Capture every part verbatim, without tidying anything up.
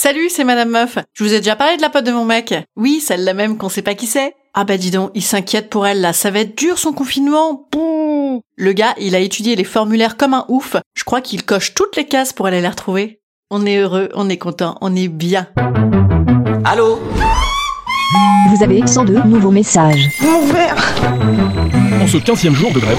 Salut, c'est Madame Meuf. Je vous ai déjà parlé de la pote de mon mec. Oui, celle-là même qu'on sait pas qui c'est. Ah bah dis donc, il s'inquiète pour elle là, ça va être dur son confinement. Bouh. Le gars, il a étudié les formulaires comme un ouf. Je crois qu'il coche toutes les cases pour aller les retrouver. On est heureux, on est content, on est bien. Allô ? Vous avez cent deux nouveaux messages. Mon verre. En ce quinzième jour de grève.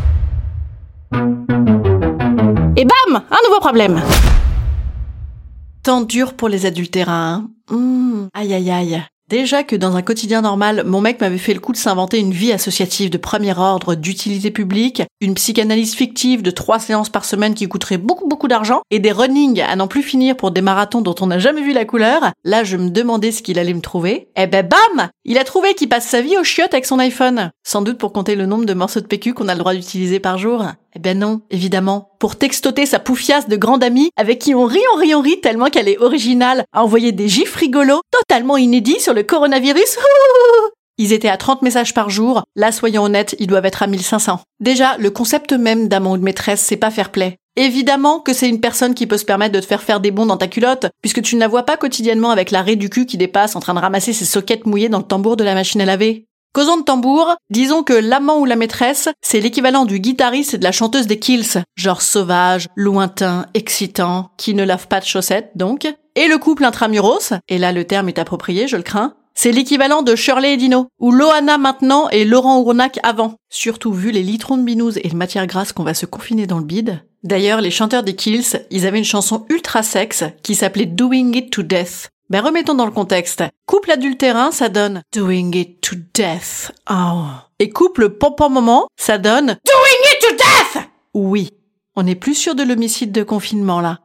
Et bam, un nouveau problème. Temps dur pour les adultérins, hein. Mmh, aïe aïe aïe. Déjà que dans un quotidien normal, mon mec m'avait fait le coup de s'inventer une vie associative de premier ordre d'utilité publique, une psychanalyse fictive de trois séances par semaine qui coûterait beaucoup beaucoup d'argent, et des runnings à n'en plus finir pour des marathons dont on n'a jamais vu la couleur. Là, je me demandais ce qu'il allait me trouver. Eh ben bam, il a trouvé qu'il passe sa vie aux chiottes avec son iPhone. Sans doute pour compter le nombre de morceaux de P Q qu'on a le droit d'utiliser par jour. Eh ben non, évidemment. Pour textoter sa poufiasse de grande amie avec qui on rit, on rit, on rit tellement qu'elle est originale à envoyer des gifs rigolos totalement inédits sur le coronavirus. Ils étaient à trente messages par jour. Là, soyons honnêtes, ils doivent être à mille cinq cents. Déjà, le concept même d'amant ou de maîtresse, c'est pas fair play. Évidemment que c'est une personne qui peut se permettre de te faire faire des bonds dans ta culotte, puisque tu ne la vois pas quotidiennement avec la raie du cul qui dépasse en train de ramasser ses soquettes mouillées dans le tambour de la machine à laver. Causons de tambour, disons que l'amant ou la maîtresse, c'est l'équivalent du guitariste et de la chanteuse des Kills, genre sauvage, lointain, excitant, qui ne lave pas de chaussettes donc. Et le couple intramuros, et là le terme est approprié, je le crains, c'est l'équivalent de Shirley et Dino, ou Loana maintenant et Laurent Ournac avant, surtout vu les litrons de binouze et de matière grasse qu'on va se confiner dans le bide. D'ailleurs, les chanteurs des Kills, ils avaient une chanson ultra sexe qui s'appelait Doing It to Death. Ben remettons dans le contexte. Couple adultérin, ça donne Doing It to Death. Oh. Et couple pompon moment, ça donne Doing It to Death. Oui, on est plus sûr de l'homicide de confinement là.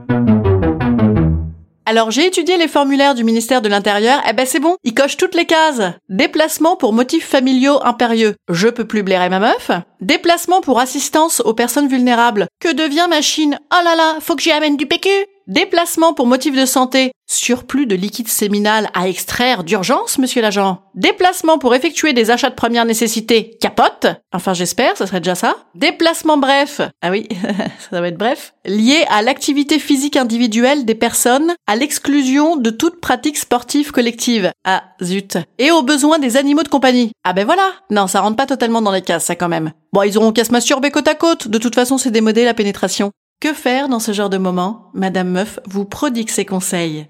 Alors j'ai étudié les formulaires du ministère de l'Intérieur, eh ben c'est bon, ils cochent toutes les cases. Déplacement pour motifs familiaux impérieux, je peux plus blairer ma meuf. Déplacement pour assistance aux personnes vulnérables, que devient machine, oh là là, faut que j'y amène du P Q. Déplacement pour motif de santé, surplus de liquide séminal à extraire d'urgence, monsieur l'agent. Déplacement pour effectuer des achats de première nécessité, capote. Enfin j'espère, ça serait déjà ça. Déplacement bref, ah oui, ça va être bref, lié à l'activité physique individuelle des personnes, à l'exclusion de toute pratique sportive collective. Ah zut. Et aux besoins des animaux de compagnie. Ah ben voilà. Non, ça rentre pas totalement dans les cases, ça quand même. Bon, ils auront qu'à se masturber côte à côte. De toute façon, c'est démodé la pénétration. Que faire dans ce genre de moment ? Madame Meuf vous prodigue ses conseils.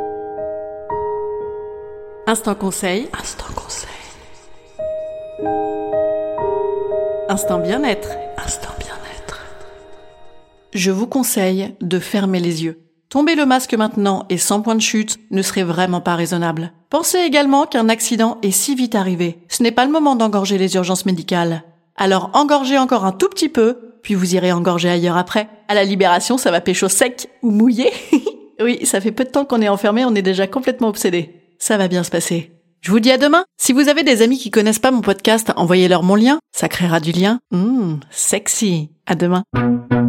Instant conseil. Instant conseil. Instant bien-être. Instant bien-être. Je vous conseille de fermer les yeux. Tomber le masque maintenant et sans point de chute ne serait vraiment pas raisonnable. Pensez également qu'un accident est si vite arrivé. Ce n'est pas le moment d'engorger les urgences médicales. Alors engorgez encore un tout petit peu, puis vous irez engorger ailleurs après. À la libération, ça va pécho sec ou mouillé. Oui, ça fait peu de temps qu'on est enfermé, on est déjà complètement obsédé. Ça va bien se passer. Je vous dis à demain. Si vous avez des amis qui connaissent pas mon podcast, envoyez-leur mon lien. Ça créera du lien. Mmh, sexy. À demain.